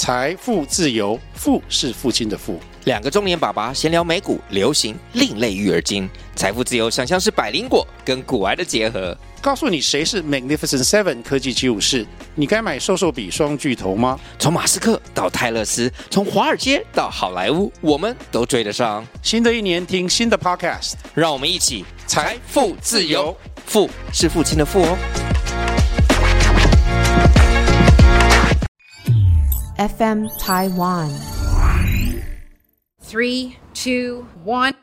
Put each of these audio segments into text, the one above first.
财富自由，富是父亲的富。 两个中年爸爸闲聊美股、流行、另类育儿经，财富自由想象是百灵果跟股癌的结合。 告诉你谁是 Magnificent Seven 科技75士，你该买瘦瘦比双巨头吗？ 从马斯克到泰勒斯，从华尔街到好莱坞，我们都追得上。 新的一年听新的 Podcast， 让我们一起财富自由， 富是父亲的富哦。 FM Taiwan 3, 2, 1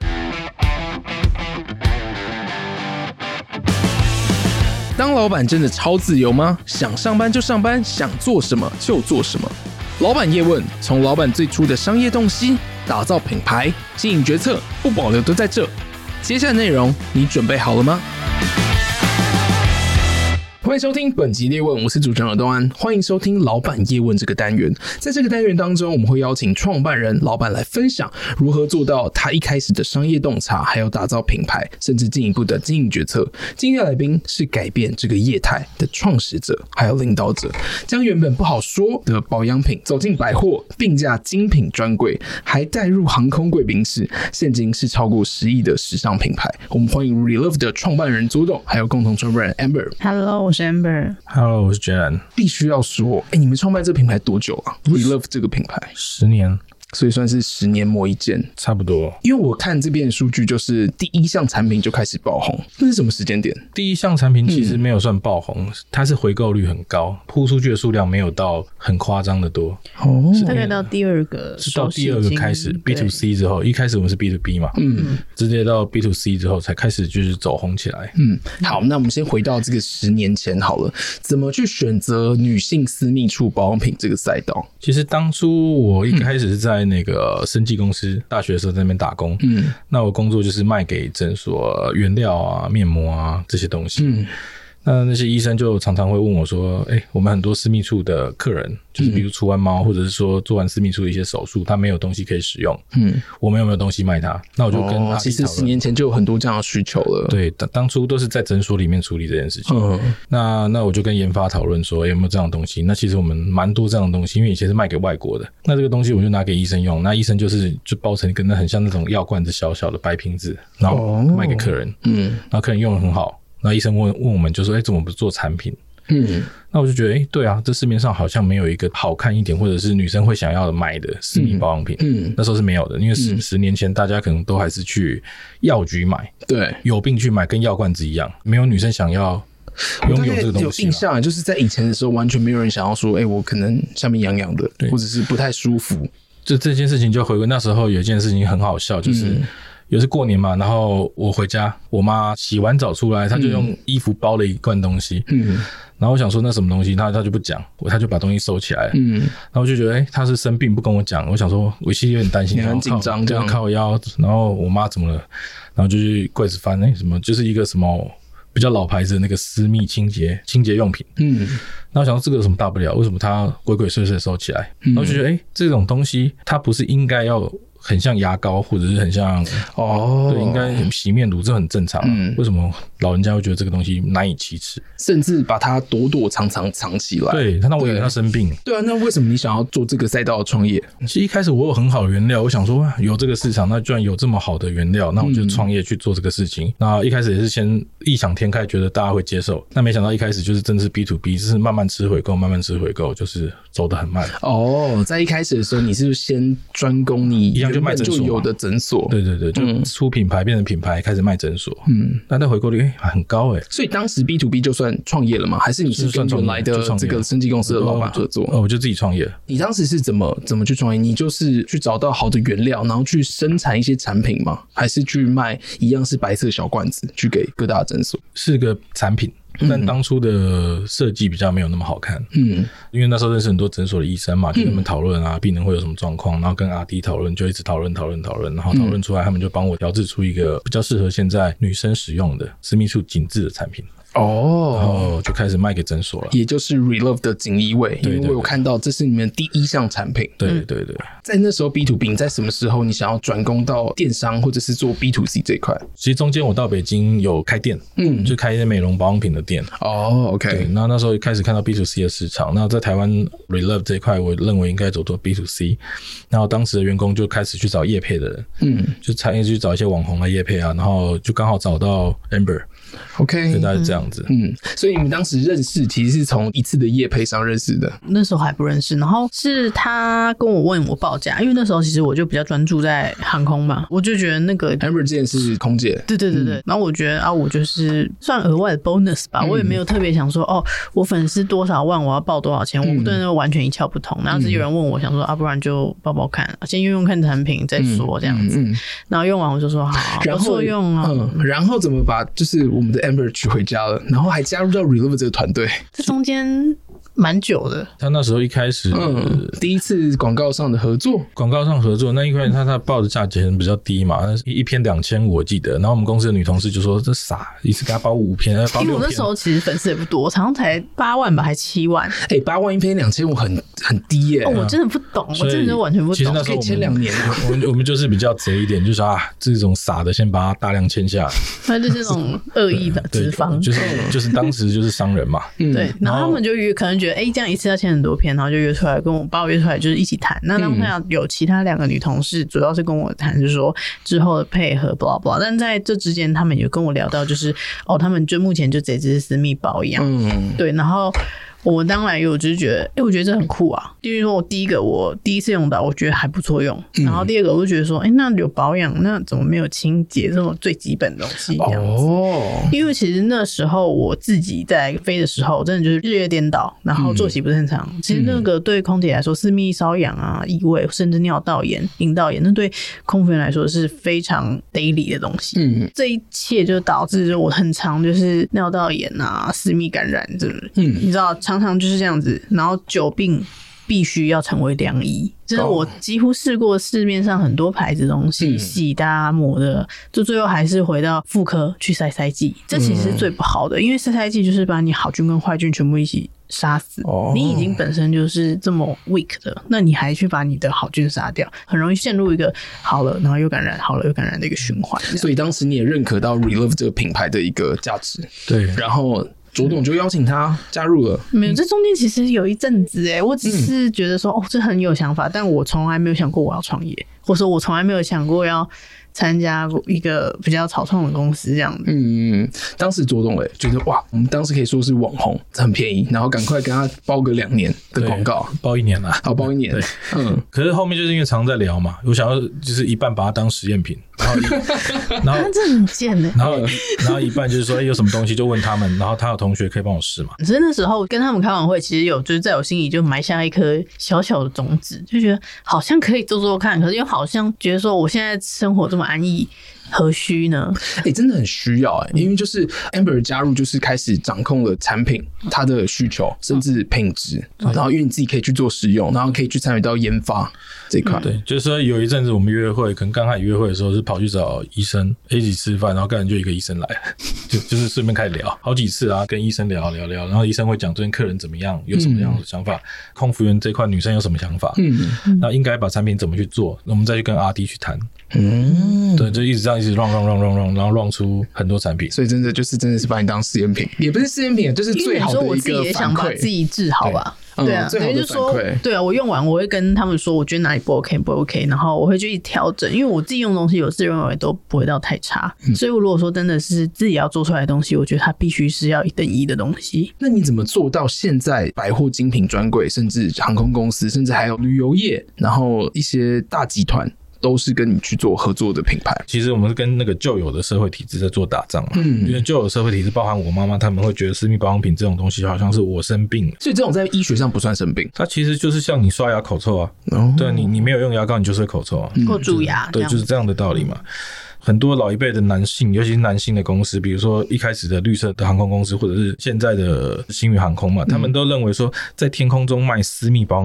当老板真的超自由吗？想上班就上班，想做什么就做什么。老板叶问，从老板最初的商业洞悉，打造品牌，经营决策，不保留都在这。接下来内容，你准备好了吗？欢迎收听本集叶问，我是主持人尔东安。欢迎收听老板叶问这个单元。在这个单元当中，我们会邀请创办人、老板来分享如何做到他一开始的商业洞察，还有打造品牌，甚至进一步的经营决策。今天的来宾是改变这个业态的创始者，还有领导者，将原本不好说的保养品走进百货，并驾精品专柜，还带入航空贵宾室，现今是超过10亿的时尚品牌。我们欢迎 Relove 的创办人左董，还有共同创办人 Amber。Hello， 我是 Amber。Hello， 我是 Jalan。必须要说，你们创办这个品牌多久啊 ？Relove 这个品牌 10年。 所以算是10年磨一剑， 差不多。 因为我看这边的数据，就是第一项产品就开始爆红，那是什么时间点？ 第一项产品其实没有算爆红，它是回购率很高，铺出去的数量没有到很夸张的多。 哦，大概到第二个， 是到第二个开始 B2C 之后，一开始我们是 B2B 嘛，直接到 B2C 之后才开始就是走红起来。 好，那我们先回到这个10年前好了，怎么去选择女性私密处保养品这个赛道？ 其实当初我一开始是在那个生技公司，大学的时候在那边打工。那我工作就是卖给诊所原料啊、面膜啊这些东西。那些医生就常常会问我说：“我们很多私密处的客人，就是比如除完毛，或者是说做完私密处的一些手术，他没有东西可以使用。我们有没有东西卖他？那我就跟他其实10年前就有很多这样的需求了。 对，当初都是在诊所里面处理这件事情。那我就跟研发讨论说，有没有这样的东西？那其实我们蛮多这样的东西，因为以前是卖给外国的。那这个东西我就拿给医生用，那医生就包成跟很像那种药罐子小小的白瓶子，然后卖给客人。然后客人用得很好。那医生问我们就说：“怎么不做产品？”那我就觉得，对啊，这市面上好像没有一个好看一点，或者是女生会想要买的私密保养品。那时候是没有的，因为10年前大家可能都还是去药局买， 对，有病去买，跟药罐子一样，没有女生想要拥有这个东西。 有印象，就是在以前的时候，完全没有人想要说，我可能下面痒痒的，或者是不太舒服。 就这件事情就回归那时候有一件事情很好笑，就是有次过年嘛，然后我回家，我妈洗完澡出来，她就用衣服包了一罐东西。然后我想说那什么东西，她就不讲，她就把东西收起来。然后我就觉得，她是生病不跟我讲。我想说，我其实有点担心， 很紧张，这样靠腰。然后我妈怎么了？然后就去柜子翻，什么就是一个什么比较老牌子的那个私密清洁用品。然后想说这个有什么大不了？为什么她鬼鬼祟祟收起来？然后就觉得，这种东西它不是应该要很像牙膏，或者是很像对，应该洗面乳，这很正常。为什么老人家会觉得这个东西难以启齿， 甚至把它躲躲藏起来？ 对，那我以为他生病。 对啊，那为什么你想要做这个赛道的创业？ 其实一开始我有很好的原料，我想说有这个市场，那居然有这么好的原料，那我就创业去做这个事情。那一开始也是先异想天开，觉得大家会接受。那没想到一开始就是真的是 B2B， 就是慢慢吃回购，就是走得很慢。 在一开始的时候，你是先专攻你一样就卖诊所就有的诊所， 对，就出品牌变成品牌，开始卖诊所。但回购率很高所以当时 B2B 就算创业了吗？还是你是跟原来的这个生技公司的老板合作？ 我就自己创业。 你当时是怎么去创业？你就是去找到好的原料，然后去生产一些产品吗？还是去卖一样是白色小罐子去给各大诊所？ 是个产品。但当初的设计比较没有那么好看。因为那时候认识很多诊所的医生嘛，就跟他们讨论啊，病人会有什么状况，然后跟 RD 讨论，就一直讨论，然后讨论出来，他们就帮我调制出一个比较适合现在女生使用的私密处紧致的产品。 然后就开始卖给诊所了， 也就是 Relove 的锦衣卫， 对对对， 因为我有看到这是你们第一项产品。 对对对， 在那时候 B2B， 你在什么时候你想要转攻到电商或者是做 B2C 这一块？ 其实中间我到北京有开店，就开一些美容保养品的店。 OK， 对，那时候开始看到 B2C 的市场，那在台湾 Relove 这一块，我认为应该走做 B2C， 然后当时的员工就开始去找业配的人，就去找一些网红来业配啊，然后就刚好找到 Amber。OK， 所以大概是这样子。 所以你们当时认识其实是从一次的业配上认识的。 那时候还不认识，然后是他跟我问我报价，因为那时候其实我就比较专注在航空嘛，我就觉得那个 Amber 之前是空姐， 对，然后我觉得我就是算额外的 bonus 吧，我也没有特别想说我粉丝多少万我要报多少钱，我对那个完全一窍不通。然后是有人问我，想说不然就报报看，先用用看产品再说这样子。然后用完我就说好， 然后不错用啊。 然后怎么把就是我们的 Amber 娶回家了，然后还加入到 Relove 这个团队， 这中间蛮久的。 他那时候一开始， 第一次广告上的合作， 那一块他报的价钱比较低嘛，一篇2500我记得。然后我们公司的女同事就说这傻，一次给他报5篇，报6篇。 因为我那时候其实粉丝也不多，常常才8万吧，还7万。 8万一篇2500很低耶。 我真的不懂，我真的就完全不懂。 其实那时候可以签2年啊。 我们就是比较贼一点，就说这种傻的先把它大量签下来。 那就是这种恶意的脂肪， 就是当时就是商人嘛。 对，然后他们就可能觉得这样一次要签很多篇，然后就约出来把我约出来，就是一起谈。那当下有其他2个女同事，主要是跟我谈，就是说之后的配合 blah blah。但在这之间，他们有跟我聊到，就是他们就目前就只是私密保养，对，然后。我当然有，就是觉得，我觉得这很酷啊。因为说我第一次用到，我觉得还不错用。然后第二个，我就觉得说，那有保养，那怎么没有清洁这种最基本的东西这样子？因为其实那时候我自己在飞的时候，真的就是日夜颠倒，然后作息不正常。其实那个对空姐来说，私密瘙痒啊、异味，甚至尿道炎、阴道炎，那对空服员来说是非常 daily 的东西。这一切就导致我很常就是尿道炎啊、私密感染，你知道。常常就是这样子，然后久病必须要成为良医。就是我几乎试过市面上很多牌子的东西，洗的、抹的，就最后还是回到妇科去塞剂。这其实是最不好的，因为塞剂就是把你好菌跟坏菌全部一起杀死。你已经本身就是这么 weak 的，那你还去把你的好菌杀掉，很容易陷入一个好了然后又感染，好了又感染的一个循环。 所以当时你也认可到 Relove 这个品牌的一个价值，对，然后左董就邀请他加入了。 没有，这中间其实有一阵子我只是觉得说这很有想法，但我从来没有想过我要创业，或者说我从来没有想过要参加一个比较草创的公司这样子。 当时左董觉得哇，我们当时可以说是网红，很便宜，然后赶快跟他包个2年的广告， 包1年啦， 包1年。对， 可是后面就是因为常在聊嘛，我想要就是一半把它当实验品，然后他真的很贱然后一半就是说有什么东西就问他们，然后他有同学可以帮我试嘛。 所以那时候跟他们开完会，其实就是在我心里就埋下一颗小小的种子，就觉得好像可以做做看，可是又好像觉得说我现在生活这么安逸，何须呢？ 真的很需要因为就是 Amber 加入，就是开始掌控了产品它的需求，甚至品质，然后因为你自己可以去做使用，然后可以去参与到研发这一块。 对，就是说有一阵子我们约会，可能刚开始约会的时候是跑去找医生一起吃饭，然后刚才就一个医生来，就是顺便开始聊好几次啊，跟医生聊，然后医生会讲最近客人怎么样，有什么样的想法，空服员这块女生有什么想法，那应该把产品怎么去做，我们再去跟 RD 去谈。对，就一直这样一直 run， 然后 run 出很多产品， 所以真的是把你当试验品，也不是试验品，就是最好的一个反馈。因为你说我自己也想把自己治好吧。对啊， 最好的反馈。 对啊，我用完我会跟他们说，我觉得哪里不 OK，然后我会去调整，因为我自己用的东西，我自认为都不会到太差。所以如果说真的是自己要做出来的东西，我觉得它必须是要1等1的东西。 那你怎么做到现在百货精品专柜，甚至航空公司，甚至还有旅游业，然后一些大集团？都是跟你去做合作的品牌。 其实我们是跟那个旧有的社会体制在做打仗嘛，因为旧有的社会体制包含我妈妈，他们会觉得私密保养品这种东西好像是我生病了， 所以这种在医学上不算生病， 它其实就是像你刷牙口臭啊，对，你没有用牙膏你就是会口臭啊， 或蛀牙， 对，就是这样的道理嘛。很多老一辈的男性，尤其是男性的公司，比如说一开始的绿色的航空公司，或者是现在的星宇航空嘛，他们都认为说在天空中卖私密保养品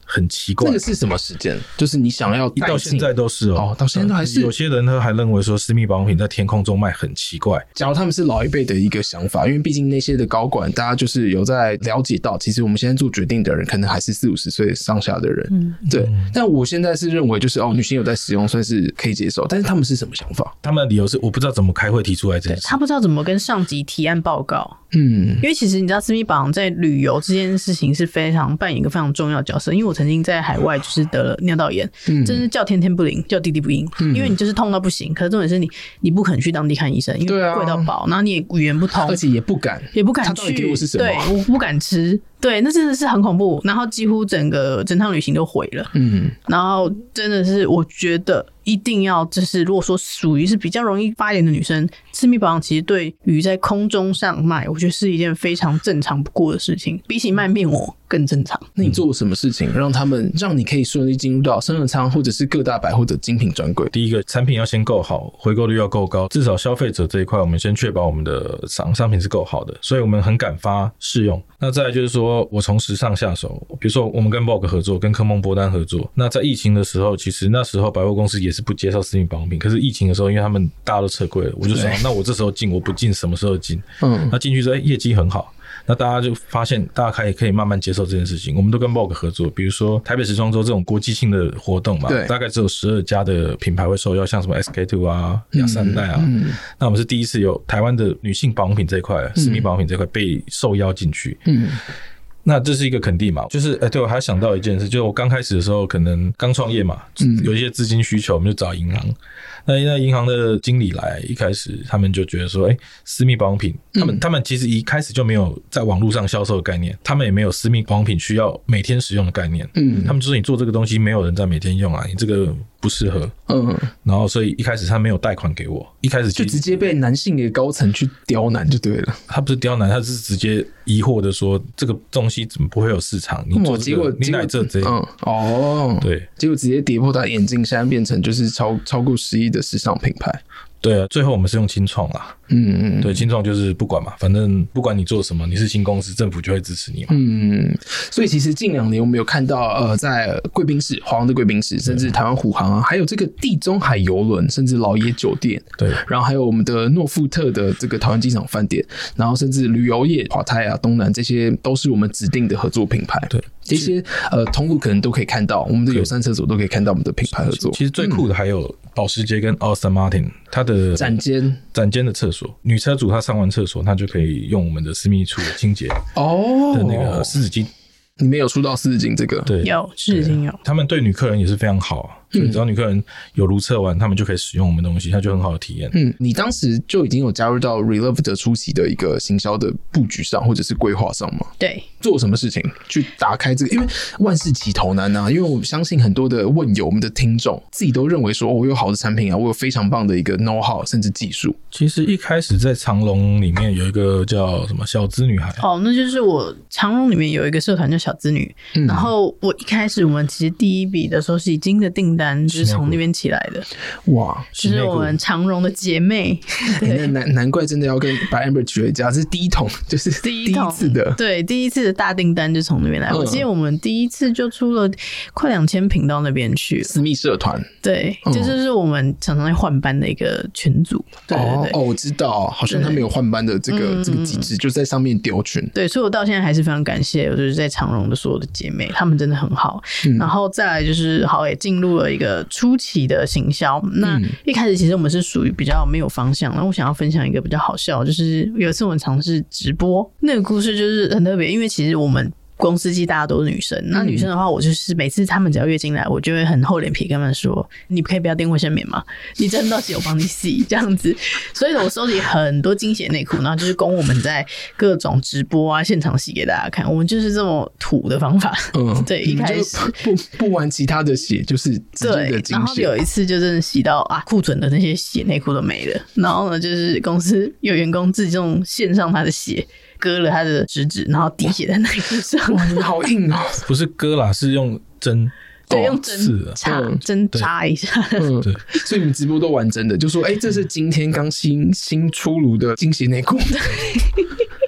很奇怪。 那个是什么时间？就是你想要到现在都是哦， 到现在都还是有些人他还认为说私密保养品在天空中卖很奇怪。 假如他们是老一辈的一个想法，因为毕竟那些的高管，大家就是有在了解到，其实我们现在做决定的人可能还是40-50岁上下的人，对。但我现在是认为就是女性有在使用算是可以接受，但是他们是什么想法？ 他们的理由是我不知道怎么开会提出来这件事， 他不知道怎么跟上级提案报告。因为其实你知道私密保养在旅游这件事情是非常扮演一个非常重要的角色，因为我曾经在海外就是得了尿道炎，真是叫天天不灵，叫地地不应，因为你就是痛到不行，可是重点是你不肯去当地看医生，因为贵到爆，然后你也语言不通， 而且也不敢去， 他到底给我是什么？ 对，我不敢吃，对，那真的是很恐怖，然后几乎整趟旅行都毁了，然后真的是我觉得一定要就是如果说属于是比较容易发炎的女生，私密保养其实对于在空中上卖，我觉得是一件非常正常不过的事情，比起卖面膜更正常。 那你做了什么事情让你可以顺利进入到商人仓或者是各大百货的精品专柜？ 第一个，产品要先够好，回购率要够高，至少消费者这一块我们先确保我们的商品是够好的，所以我们很敢发试用。那再来就是说我从时尚下手，比如说我们跟 Vogue 合作，跟科梦波丹合作，那在疫情的时候，其实那时候百货公司也是不介绍私密保养品，可是疫情的时候因为他们大家都撤柜了，我就想那我这时候进，我不进什么时候进？那进去之后业绩很好，那大家就发现大家可以慢慢接受这件事情。我们都跟 Vogue 合作，比如说台北时装周这种国际性的活动嘛，大概只有12家的品牌会受邀，像什么 SK2 啊、雅诗兰黛啊，那我们是第一次有台湾的女性保养品这一块，私密保养品这一块被受邀进去。那这是一个肯定嘛，就是对，我还想到一件事，就是我刚开始的时候可能刚创业嘛，有一些资金需求，我们就找银行。那银行的经理来，一开始他们就觉得说，私密保养品，他们其实一开始就没有在网络上销售的概念，他们也没有私密保养品需要每天使用的概念。他们就说你做这个东西没有人在每天用啊，你这个不适合。然后所以一开始他没有贷款给我，一开始就直接被男性的高层去刁难就对了。 他不是刁难，他是直接疑惑的说这个东西怎么不会有市场？你做这个，你来这样。对， 结果直接跌破他眼镜，现在变成就是超过10亿的时尚品牌。 对啊，最后我们是用青创啦。对，青创就是不管嘛，反正不管你做什么，你是新公司，政府就会支持你嘛。 所以其实近2年我们有看到在贵宾室、华航的贵宾室，甚至台湾虎航啊，还有这个地中海邮轮，甚至老爷酒店，对，然后还有我们的诺富特的这个桃园机场饭店，然后甚至旅游业、华泰啊、东南，这些都是我们指定的合作品牌。对，这些通路可能都可以看到，我们的友善厕所都可以看到我们的品牌合作。 其实最酷的还有保时捷跟 Aston Martin 它的展间的厕所，女车主她上完厕所，她就可以用我们的私密处清洁的那个湿纸巾。 你们有出到湿纸巾这个？ 对，有湿纸巾有。 他们对女客人也是非常好啊。只要女客人有如厕完，他们就可以使用我们的东西，它就很好的体验。 你当时就已经有加入到 Relove 的初期的一个行销的布局上，或者是规划上吗？ 对， 做什么事情去打开这个？因为万事起头难啊。因为我相信很多的问友，我们的听众自己都认为说，我有好的产品啊，我有非常棒的一个 know how， 甚至技术。 其实一开始在长荣里面有一个叫什么小资女孩， 那就是我长荣里面有一个社团叫小资女，然后我一开始我们其实第一笔的手洗巾的订单就是从那边起来的。哇，就是我们长荣的姐妹。 难怪真的要把 Amber 娶回家，这是第一桶，就是第一次的。 对，第一次的大订单就从那边来。我记得我们第一次就出了快2000瓶到那边去， 私密社团。 对，这就是我们常常在换班的一个群组。对对对， 我知道，好像他们有换班的这个机制，就在上面丢群。 对，所以我到现在还是非常感谢，我就是在长荣的所有的姐妹，她们真的很好。然后再来就是也进入了一个初期的行销。那一开始其实我们是属于比较没有方向，然后我想要分享一个比较好笑，就是有一次我们尝试直播，那个故事就是很特别，因为其实我们公司大家都是女生，那女生的话，我就是每次他们只要月经来，我就会很厚脸皮跟他们说，你可以不要订卫生棉吗？你真的到洗我帮你洗这样子。所以我收集很多精血内裤，然后就是供我们在各种直播啊现场洗给大家看。我们就是这么土的方法。对，一开始不玩其他的血，就是直接的精血。 然后有一次就真的洗到库存的那些血内裤都没了，然后呢，就是公司有员工自动献上他的血，割了他的食指，然后滴血在内裤上。 哇，你好硬哦！ 不是割啦，是用针。 对，用针插一下。 对，所以你们直播都玩真的，就说这是今天刚新出炉的精血内裤。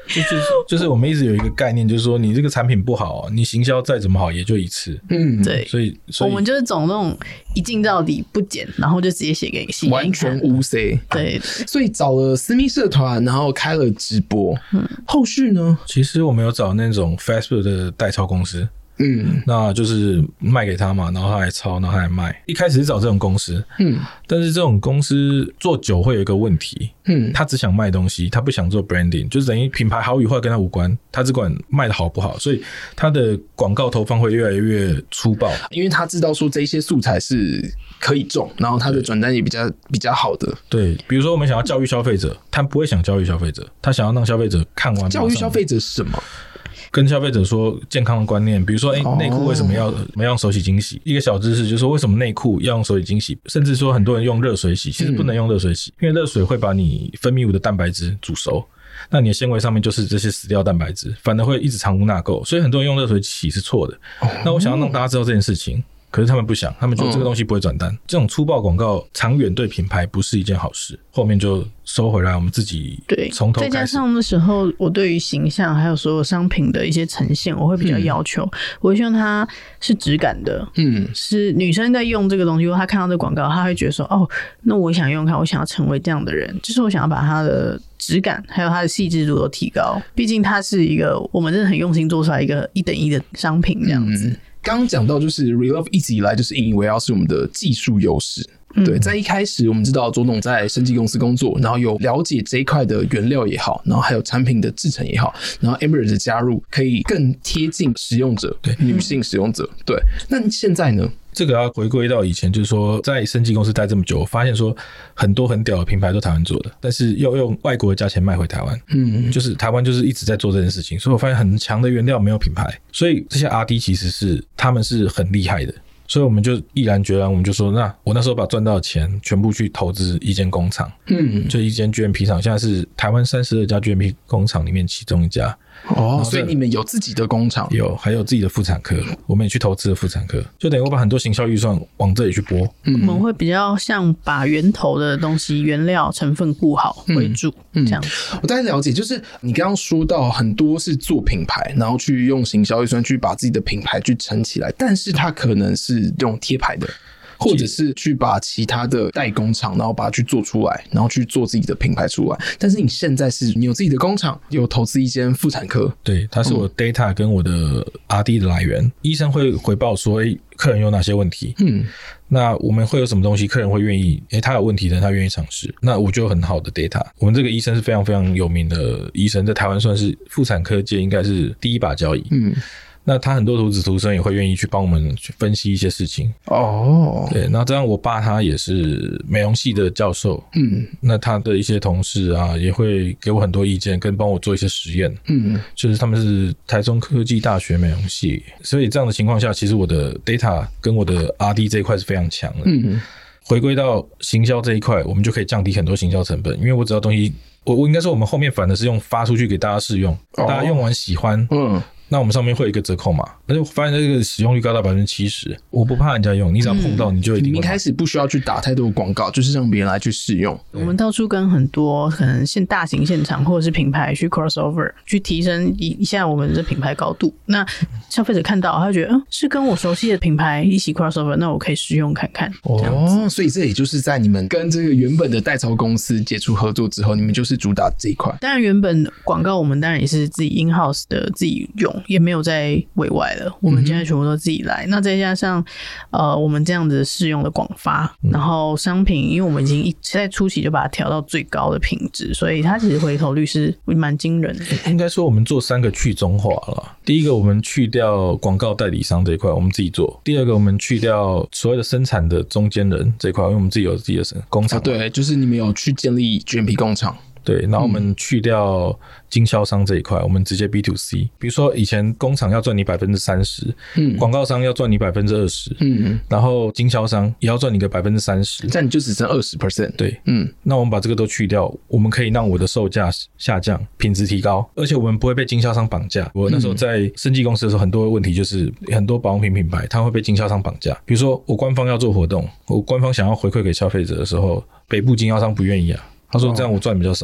就是我们一直有一个概念，就是说你这个产品不好，你行销再怎么好也就一次。 对， 所以我们就是走那种一镜到底不剪，然后就直接写给戏完全无 C。 对， 所以找了私密社团，然后开了直播。后续呢？ 其实我们有找那种 Facebook 的代抄公司。那就是卖给他嘛，然后他来抄，然后他来卖。一开始是找这种公司，但是这种公司做久会有一个问题，他只想卖东西，他不想做 branding， 就是等于品牌好与坏跟他无关，他只管卖的好不好，所以他的广告投放会越来越粗暴， 因为他知道说这些素材是可以中，然后他的转单也比较好的。 对，比如说我们想要教育消费者，他不会想教育消费者，他想要让消费者看完。 教育消费者是什么？ 跟消费者说健康的观念，比如说内裤为什么要用手洗精洗，一个小知识就是说为什么内裤要用手洗精洗，甚至说很多人用热水洗，其实不能用热水洗，因为热水会把你分泌物的蛋白质煮熟，那你的纤维上面就是这些死掉蛋白质，反而会一直藏污纳垢，所以很多人用热水洗是错的。那我想要让大家知道这件事情，可是他们不想，他们觉得这个东西不会转单，这种粗暴广告长远对品牌不是一件好事，后面就收回来，我们自己从头开始。 再加上那时候我对于形象还有所有商品的一些呈现，我会比较要求，我会希望它是质感的，是女生在用这个东西，她看到这个广告，她会觉得说，哦，那我想用看，我想要成为这样的人，就是我想要把它的质感还有它的细致度都提高，毕竟它是一个我们真的很用心做出来一个1等1的商品这样子。 刚刚讲到就是 Relove 一直以来就是引以为傲是我们的技术优势。对，在一开始我们知道左董在生技公司工作，然后有了解这一块的原料也好，然后还有产品的制成也好，然后 Amber 的加入可以更贴近使用者，对，女性使用者。对，那现在呢？ 这个要回归到以前，就是说在生技公司待这么久，我发现说很多很屌的品牌都台湾做的，但是要用外国的价钱卖回台湾，就是台湾就是一直在做这件事情，所以我发现很强的原料没有品牌，所以这些 RD 其实是他们是很厉害的。所以我们就毅然决然，我们就说，那我那时候把赚到的钱全部去投资一间工厂，就一间 GMP 厂，现在是台湾32家 GMP 工厂里面其中一家。 所以你们有自己的工厂， 还有自己的妇产科，我们也去投资了妇产科，就等于我把很多行销预算往这里去拨。 我们会比较像把源头的东西、原料成分顾好为主，这样。 我大概了解，就是你刚刚说到很多是做品牌，然后去用行销预算去把自己的品牌去撑起来，但是它可能是用贴牌的。或者是去把其他的代工厂，然后把它去做出来，然后去做自己的品牌出来。但是你现在是你有自己的工厂，有投资一间妇产科， 对，它是我 data 跟我的 RD 的来源。医生会回报说，客人有哪些问题，那我们会有什么东西，客人会愿意，他有问题的，他愿意尝试，那我就有很好的 data。我们这个医生是非常非常有名的医生，在台湾算是妇产科界应该是第一把交椅。那他很多徒子徒孙也会愿意去帮我们去分析一些事情。对，那这样我爸他也是美容系的教授，那他的一些同事啊也会给我很多意见，跟帮我做一些实验。就是他们是台中科技大学美容系，所以这样的情况下，其实我的 data 跟我的 RD 这一块是非常强的。回归到行销这一块，我们就可以降低很多行销成本，因为我只要东西，我应该说我们后面反而是用发出去给大家试用，大家用完喜欢，那我们上面会有一个折扣码，而且我发现这个使用率高到 70%， 我不怕人家用，你只要碰到你就一定会。 你一开始不需要去打太多的广告，就是让别人来去试用。 我们到处跟很多可能大型现场或者是品牌去 crossover， 去提升一下我们的品牌高度。那消费者看到，他就觉得是跟我熟悉的品牌一起 crossover， 那我可以试用看看。 所以这也就是在你们跟这个原本的代操公司接触合作之后，你们就是主打这一块。 当然，原本广告我们当然也是自己 in house 的自己用。也没有在委外了，我们现在全部都自己来。那再加上我们这样子试用的广发，然后商品，因为我们已经在初期就把它调到最高的品质，所以它其实回头率是蛮惊人的。 应该说我们做3个去中化了。第一个，我们去掉广告代理商这一块，我们自己做。第二个，我们去掉所谓的生产的中间人这一块，因为我们自己有自己的工厂。 对，就是你们有去建立 GMP 工厂。 对，然后我们去掉经销商这一块，我们直接 B2C。比如说以前工厂要赚你 30%，广告商要赚你 20%，然后经销商也要赚你个 30%， 这样你就只剩 20%。 对，那我们把这个都去掉，我们可以让我的售价下降，品质提高，而且我们不会被经销商绑架。我那时候在生技公司的时候，很多问题就是很多保养品品牌它会被经销商绑架。比如说我官方要做活动，我官方想要回馈给消费者的时候，北部经销商不愿意啊。他说这样我赚比较少，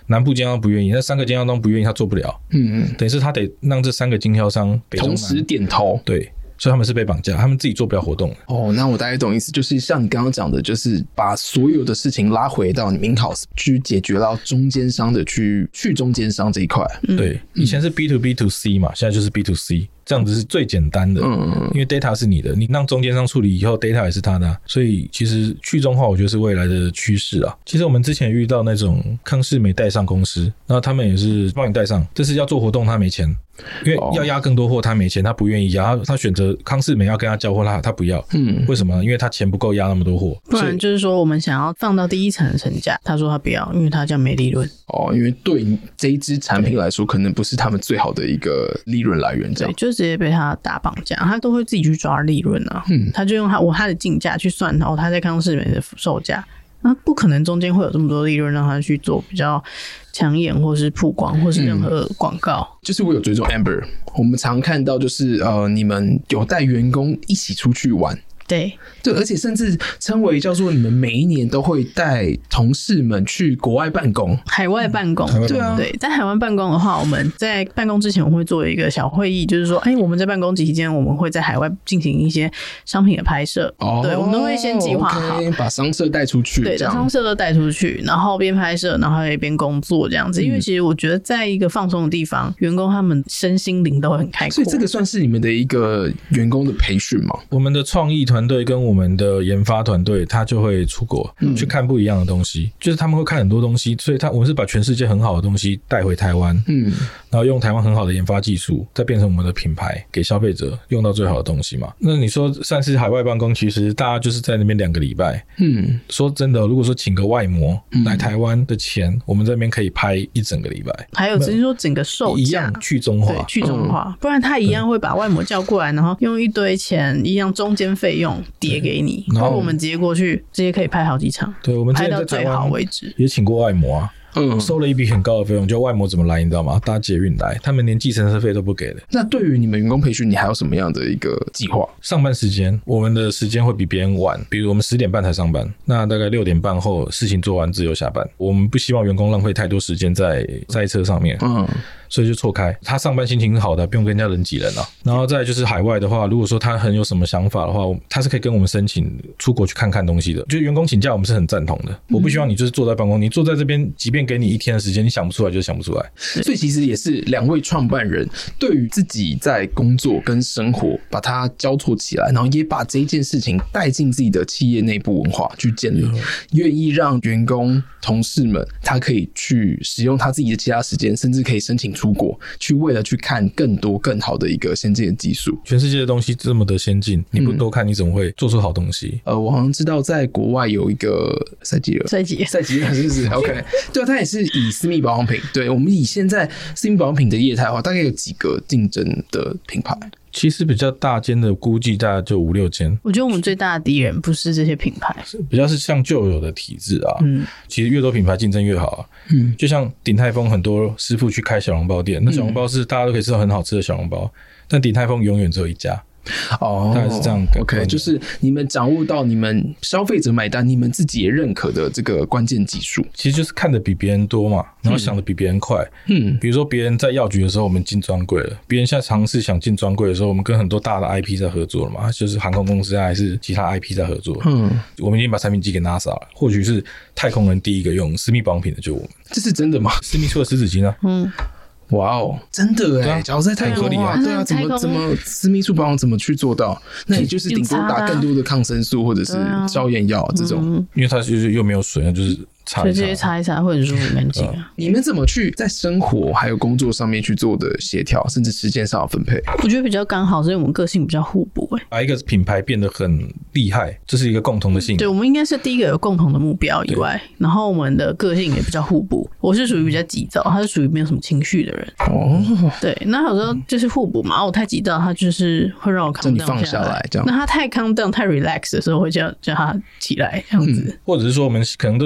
南部经销商不愿意，那3个经销商不愿意，他做不了。等于是他得让这3个经销商北中南同时点头。 对。所以他们是被绑架，他们自己做不了活动。 那我大概懂意思，就是像你刚刚讲的，就是把所有的事情拉回到你们 in-house 去解决到中间商的去中间商这一块。 对，以前是 B to B to C 嘛，现在就是 B to C。这样子是最简单的，因为 data 是你的，你让中间商处理以后 data 也是他的，所以其实去中化我觉得是未来的趋势啊。其实我们之前遇到那种康士美代上公司，然后他们也是帮你代上，这是要做活动他没钱，因为要压更多货他没钱，他不愿意压，他选择康士美要跟他交货他不要，为什么呢？因为他钱不够压那么多货， 不然就是说我们想要放到第一层的成价，他说他不要，因为他这样没利润。 因为对这一支产品来说可能不是他们最好的一个利润来源，这样对，就直接被他打绑架，他都会自己去抓利润啊。他就用他的进价去算他在康士美的售价，那不可能中间会有这么多利润让他去做比较抢眼或是曝光或是任何广告。 就是我有追踪 Amber， 我们常看到就是你们有带员工一起出去玩。 对， 而且甚至称为叫做你们每一年都会带同事们去国外办公， 海外办公。对啊，对，在海外办公的话，我们在办公之前我们会做一个小会议，就是说，我们在办公期间我们会在海外进行一些商品的拍摄。对，我们都会先计划好， 把商社带出去， 对，把商社都带出去，然后边拍摄，然后也边工作这样子。因为其实我觉得在一个放松的地方，员工他们身心灵都会很开阔。 所以这个算是你们的一个员工的培训吗？ 我们的创意团队跟我们的研发团队，他就会出国去看不一样的东西，就是他们会看很多东西，所以我们是把全世界很好的东西带回台湾，然后用台湾很好的研发技术，再变成我们的品牌，给消费者用到最好的东西嘛。那你说算是海外办公，其实大家就是在那边2个礼拜。说真的，如果说请个外模来台湾的钱，我们这边可以拍1整个礼拜。 还有只是说整个售价一样去中化， 对，去中化，不然他一样会把外模叫过来，然后用一堆钱一样中间费用叠给你，然后我们直接过去，直接可以拍好几场， 对，我们拍到最好为止。 也请过外模啊。收了一笔很高的费用，就外模怎么来你知道吗？搭捷运来，他们连计程车费都不给的。 那对于你们员工培训，你还有什么样的一个计划？ 上班时间，我们的时间会比别人晚，比如我们10点半才上班，那大概6点半后事情做完自由下班。我们不希望员工浪费太多时间在赛车上面。所以就错开，他上班心情好的，不用跟人家人挤人啊。然后再来就是海外的话，如果说他很有什么想法的话，他是可以跟我们申请出国去看看东西的。就是员工请假，我们是很赞同的。我不希望你就是坐在办公，你坐在这边，即便给你1天的时间，你想不出来就想不出来。 所以其实也是2位创办人对于自己在工作跟生活把它交错起来，然后也把这一件事情带进自己的企业内部文化去建立，愿意让员工同事们他可以去使用他自己的其他时间，甚至可以申请出国去，为了去看更多更好的一个先进的技术。 全世界的东西这么的先进，你不多看你怎么会做出好东西？ 我好像知道在国外有一个赛吉尔是不是？OK， 对啊，他也是以私密保养品。对，我们以现在私密保养品的业态的话，大概有几个竞争的品牌？ 其实比较大间的估计大概就5-6间。 我觉得我们最大的敌人不是这些品牌， 比较是像旧有的体制啊。其实越多品牌竞争越好啊。就像鼎泰丰很多师傅去开小笼包店，那小笼包是大家都可以吃到很好吃的小笼包，但鼎泰丰永远只有1家。大概是这样。 OK， 就是你们掌握到你们消费者买单，你们自己也认可的这个关键技术， 其实就是看得比别人多嘛，然后想得比别人快。比如说别人在药局的时候，我们进专柜了；别人现在尝试想进专柜的时候，我们跟很多大的 IP 在合作了嘛，就是航空公司还是其他 IP 在合作。我们已经把产品寄给 NASA 了，或许是太空人第一个用私密保养品的就我们。 这是真的吗？ 私密出了湿纸巾啊。 哇哦，真的耶！假如在太空的话，对啊，怎么私密处保养怎么去做到？那也就是顶多打更多的抗生素或者是消炎药这种， 因为它就是又没有水，那就是所以直接擦一擦会很舒服干净啊。 你们怎么去在生活还有工作上面去做的协调，甚至时间上的分配？ 我觉得比较刚好，是因为我们个性比较互补。 把一个品牌变得很厉害，这是一个共同的性。 对，我们应该是第一个有共同的目标以外，然后我们的个性也比较互补。我是属于比较急躁，他是属于没有什么情绪的人。对，那有时候就是互补嘛。我太急躁，他就是会让我 calm down 下来，这样。 那他太 calm down、太 relax 的时候，会叫他起来这样子。 或者是说，我们可能都喜欢旅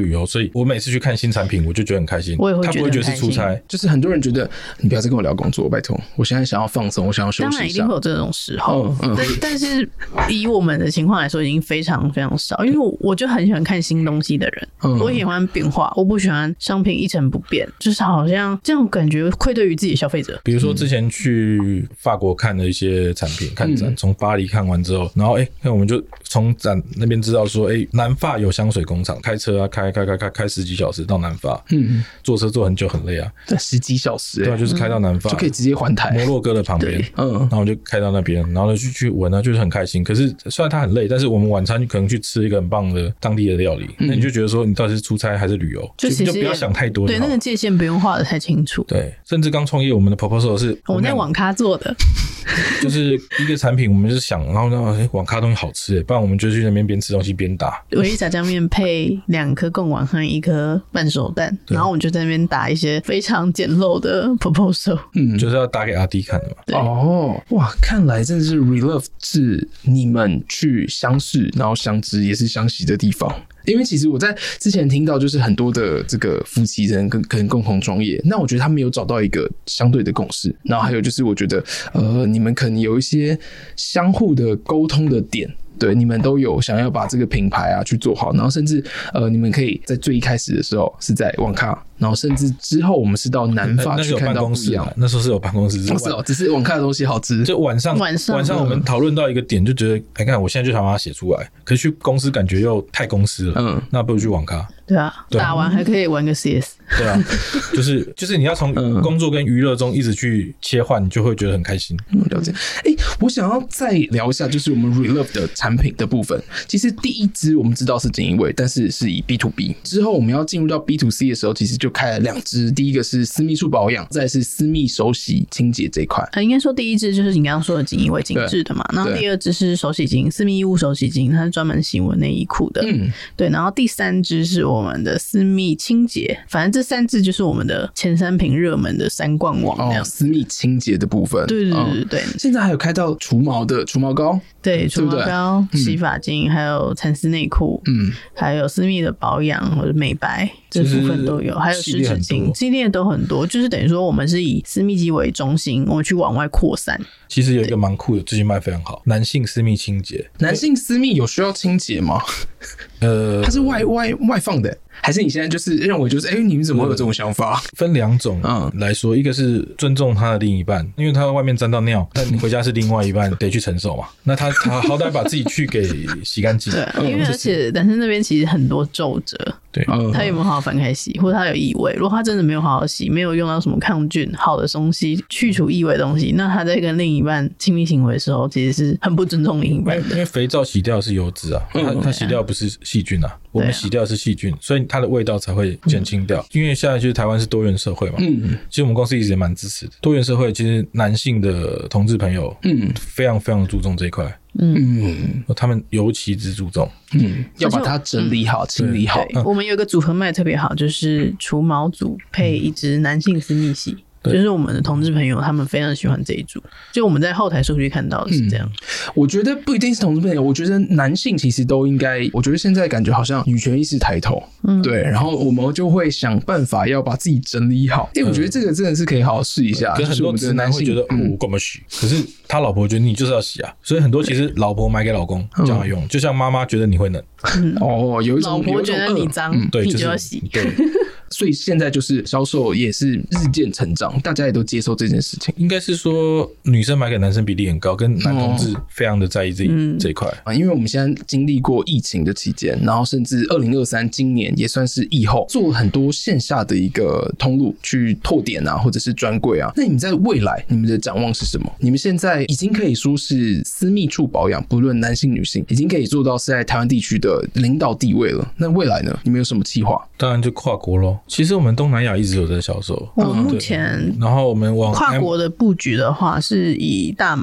旅游，所以我每次去看新产品，我就觉得很开心。 我也会觉得他不会觉得是出差， 就是很多人觉得你不要再跟我聊工作，拜托，我现在想要放松，我想要休息一下。 当然一定会有这种时候，但是以我们的情况来说，已经非常非常少。因为我就很喜欢看新东西的人，我喜欢变化，我不喜欢商品一成不变，就是好像这种感觉愧对于自己的消费者。 比如说之前去法国看的一些产品，看展，从巴黎看完之后，然后那我们就从展那边知道说，南法有香水工厂，开车啊开10几小时到南法，坐车坐很久很累啊， 但10几小时， 对啊，就是开到南法就可以直接环台， 摩洛哥的旁边，然后我就开到那边，然后去闻啊，就是很开心。可是虽然它很累，但是我们晚餐可能去吃一个很棒的当地的料理，那你就觉得说你到底是出差还是旅游，就不要想太多。 对，那个界限不用画得太清楚。 对，甚至刚创业，我们的 proposal 是我们在网咖做的， 就是一个产品，我们就是想，然后网咖东西好吃，不然我们就去那边边吃东西边打。 维力炸酱面配2颗贡丸和1颗半熟蛋，然后我们就在那边打一些非常简陋的 proposal， 就是要打给阿弟看的嘛。 哇，看来真的是 Relove 是你们去相识，然后相知，也是相惜的地方。因为其实我在之前听到，就是很多的这个夫妻人可能共同创业，那我觉得他们有找到一个相对的共识，然后还有就是我觉得你们可能有一些相互的沟通的点。对，你们都有想要把这个品牌去做好，然后甚至你们可以在最一开始的时候是在网咖，然后甚至之后我们是到南法去看到不一样。 那时候是有办公室， 只是网咖的东西好吃。 就晚上我们讨论到一个点，就觉得看我现在就想把它写出来，可是去公司感觉又太公司了，那不如去网咖。 对啊，打完还可以玩个 CS。 对啊，就是你要从工作跟娱乐中一直去切换，你就会觉得很开心。 了解。我想要再聊一下，就是我们 Relove 的产品的部分。其实第一支我们知道是锦衣卫，但是是以 B2B。之后我们要进入到 B2C 的时候，其实就开了2支，第一个是私密处保养，再来是私密手洗清洁这一块。 应该说第一支就是你刚刚说的锦衣卫精致的嘛，然后第2支是手洗精，私密衣物手洗精，它是专门洗文内衣裤的。对，然后第3支是我们的私密清洁，反正这3支就是我们的前3瓶热门的3冠王那样。 私密清洁的部分， 对。 现在还有开到除毛的除毛膏， 对，除毛膏、洗发精，还有蚕丝内裤，还有私密的保养或者美白这部分都有，还有湿纸巾，系列都很多，就是等于说我们是以私密肌为中心，我们去往外扩散。 其实有一个蛮酷的，最近卖非常好，男性私密清洁。 男性私密有需要清洁吗？它是外放的，还是你现在就是认为就是你们怎么会有这种想法？ 分2种来说，一个是尊重他的另一半，因为他外面沾到尿，但回家是另外一半得去承受嘛。那他好歹把自己去给洗干净。 对，因为而且男生那边其实很多皱褶，对，他有没有好好分开洗，或者他有异味？如果他真的没有好好洗，没有用到什么抗菌好的东西去除异味的东西，那他在跟另一半亲密行为的时候，其实是很不尊重另一半的。 因为肥皂洗掉是油脂啊，它洗掉不是细菌啊，我们洗掉是细菌，所以它的味道才会减轻掉。因为现在就是台湾是多元社会嘛，其实我们公司一直也蛮支持的。多元社会其实男性的同志朋友，非常非常注重这一块。他们尤其之注重， 要把它整理好、清理好。 我们有一个组合卖特别好，就是除毛组配一支男性私密洗。就是我们的同志朋友他们非常喜欢这一组，就我们在后台数据看到的是这样。 我觉得不一定是同志朋友，我觉得男性其实都应该，我觉得现在感觉好像女权意识抬头，对，然后我们就会想办法要把自己整理好。我觉得这个真的是可以好好试一下。 可是很多直男会觉得我干嘛洗，可是他老婆觉得你就是要洗啊，所以很多其实老婆买给老公叫他用，就像妈妈觉得你会冷， 有一种老婆觉得你脏，你就要洗。 所以现在就是销售也是日渐成长，大家也都接受这件事情。 应该是说女生买给男生比例很高，跟男同志非常的在意这一块。 因为我们现在经历过疫情的期间，然后甚至2023今年也算是疫后，做了很多线下的一个通路去拓点啊，或者是专柜啊。那你们在未来你们的展望是什么？你们现在已经可以说是私密处保养，不论男性女性，已经可以做到是在台湾地区的领导地位了。那未来呢？你们有什么计划？ 当然就跨国咯。其实我们东南亚一直有在销售， 我目前然后我们往跨国的布局的话，是以大马、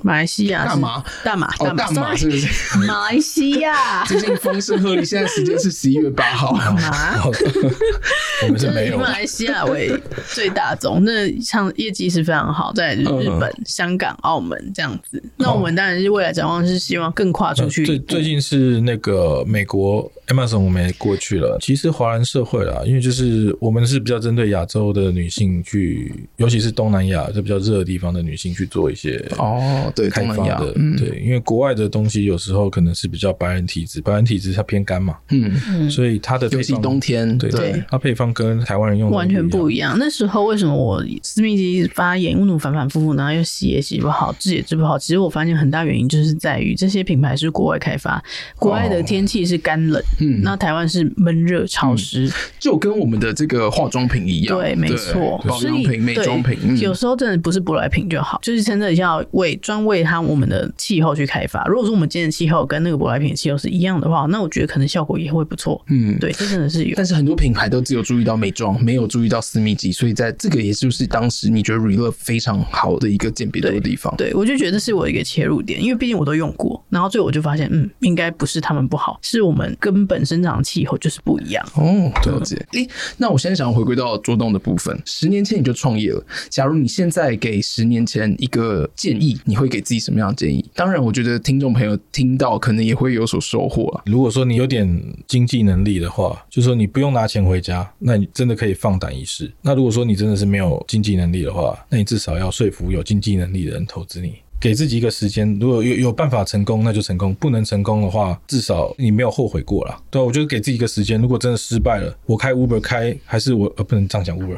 马来西亚大马大马是不是？ 马来西亚最近风声鹤唳，现在时间是11月8号。 我们是没有以马来西亚为最大宗，那像业绩是非常好，在日本、香港、澳门这样子。那我们当然是未来展望是希望更跨出去。 最近是那个美国 Amazon 我们也过去了。其实华人社会啦，因为就是我们是比较针对亚洲的女性去，尤其是东南亚这比较热的地方的女性去做一些对开发的，对，因为国外的东西有时候可能是比较白人体质它偏干嘛，所以它的配方， 尤其冬天， 对，它配方跟台湾人用的完全不一样。那时候为什么我私密肌发炎、温度反反复复，然后又洗也洗不好，治也治不好？其实我发现很大原因就是在于这些品牌是国外开发，国外的天气是干冷，那台湾是闷热潮湿， 就跟我们的这个化妆品一样。 对，没错， 保养品、美妆品， 有时候真的不是舶来品就好，就是真的要专为它我们的气候去开发。如果说我们今天的气候跟那个舶来品的气候是一样的话，那我觉得可能效果也会不错。对，这真的是有。 但是很多品牌都只有注意到美妆，没有注意到私密肌，所以在这个也就是当时你觉得 Relove 非常好的一个鉴别度的地方。 对，我就觉得这是我一个切入点，因为毕竟我都用过，然后最后我就发现，应该不是他们不好，是我们根本生长的气候就是不一样。 了解。那我现在想要回归到桌洞的部分。10年前你就创业了，假如你现在给10年前一个建议，你会给自己什么样的建议？当然，我觉得听众朋友听到可能也会有所收获啦。 如果说你有点经济能力的话，就是说你不用拿钱回家，那你真的可以放胆一试。那如果说你真的是没有经济能力的话，那你至少要说服有经济能力的人投资你。给自己一个时间，如果有办法成功那就成功，不能成功的话至少你没有后悔过啦。对，我就给自己一个时间，如果真的失败了，我开 Uber 还是我不能这样讲 Uber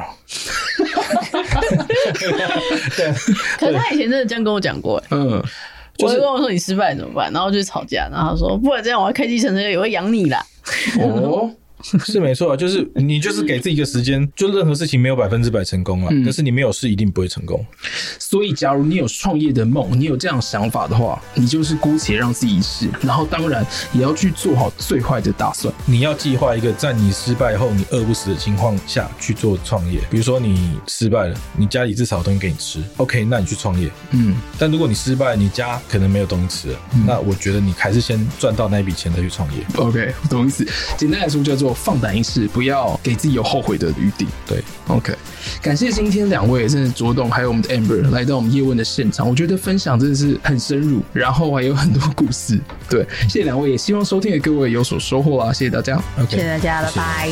可是他以前真的这样跟我讲过我会跟我说你失败怎么办，然后就吵架，然后他说不然这样我要开计程车也会养你啦。 是没错，就是你就是给自己一个时间，就任何事情没有100%成功了，但是你没有试一定不会成功。 所以假如你有创业的梦，你有这样想法的话，你就是姑且让自己一试，然后当然也要去做好最坏的打算。 你要计划一个在你失败后你饿不死的情况下去做创业，比如说你失败了，你家里至少有东西给你吃 OK， 那你去创业。但如果你失败，你家可能没有东西吃了，那我觉得你还是先赚到那一笔钱再去创业。 OK， 我懂意思。简单来说叫做放胆一试，不要给自己有后悔的余地。 对 OK， 感谢今天2位，真的卓董还有我们的 Amber 来到我们叶问的现场，我觉得分享真的是很深入，然后还有很多故事。对，谢谢2位，也希望收听的各位有所收获啦，谢谢大家。 谢谢大家，拜拜。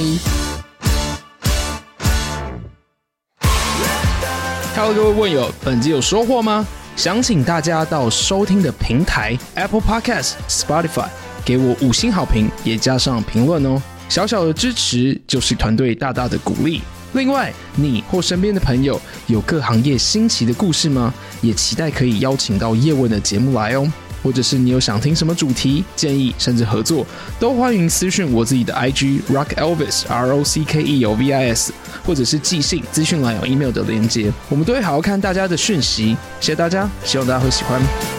Hello， 各位问友，本集有收获吗？想请大家到收听的平台 Apple Podcast、Spotify 给我5星好评，也加上评论哦。小小的支持就是团队大大的鼓励。另外，你或身边的朋友有各行业新奇的故事吗？也期待可以邀请到叶问的节目来哦。或者是你有想听什么主题、建议，甚至合作，都欢迎私讯我自己的 IG Rock Elvis ROCKELVIS， 或者是寄信，资讯栏有 email 的连结，我们都会好好看大家的讯息。谢谢大家，希望大家会喜欢。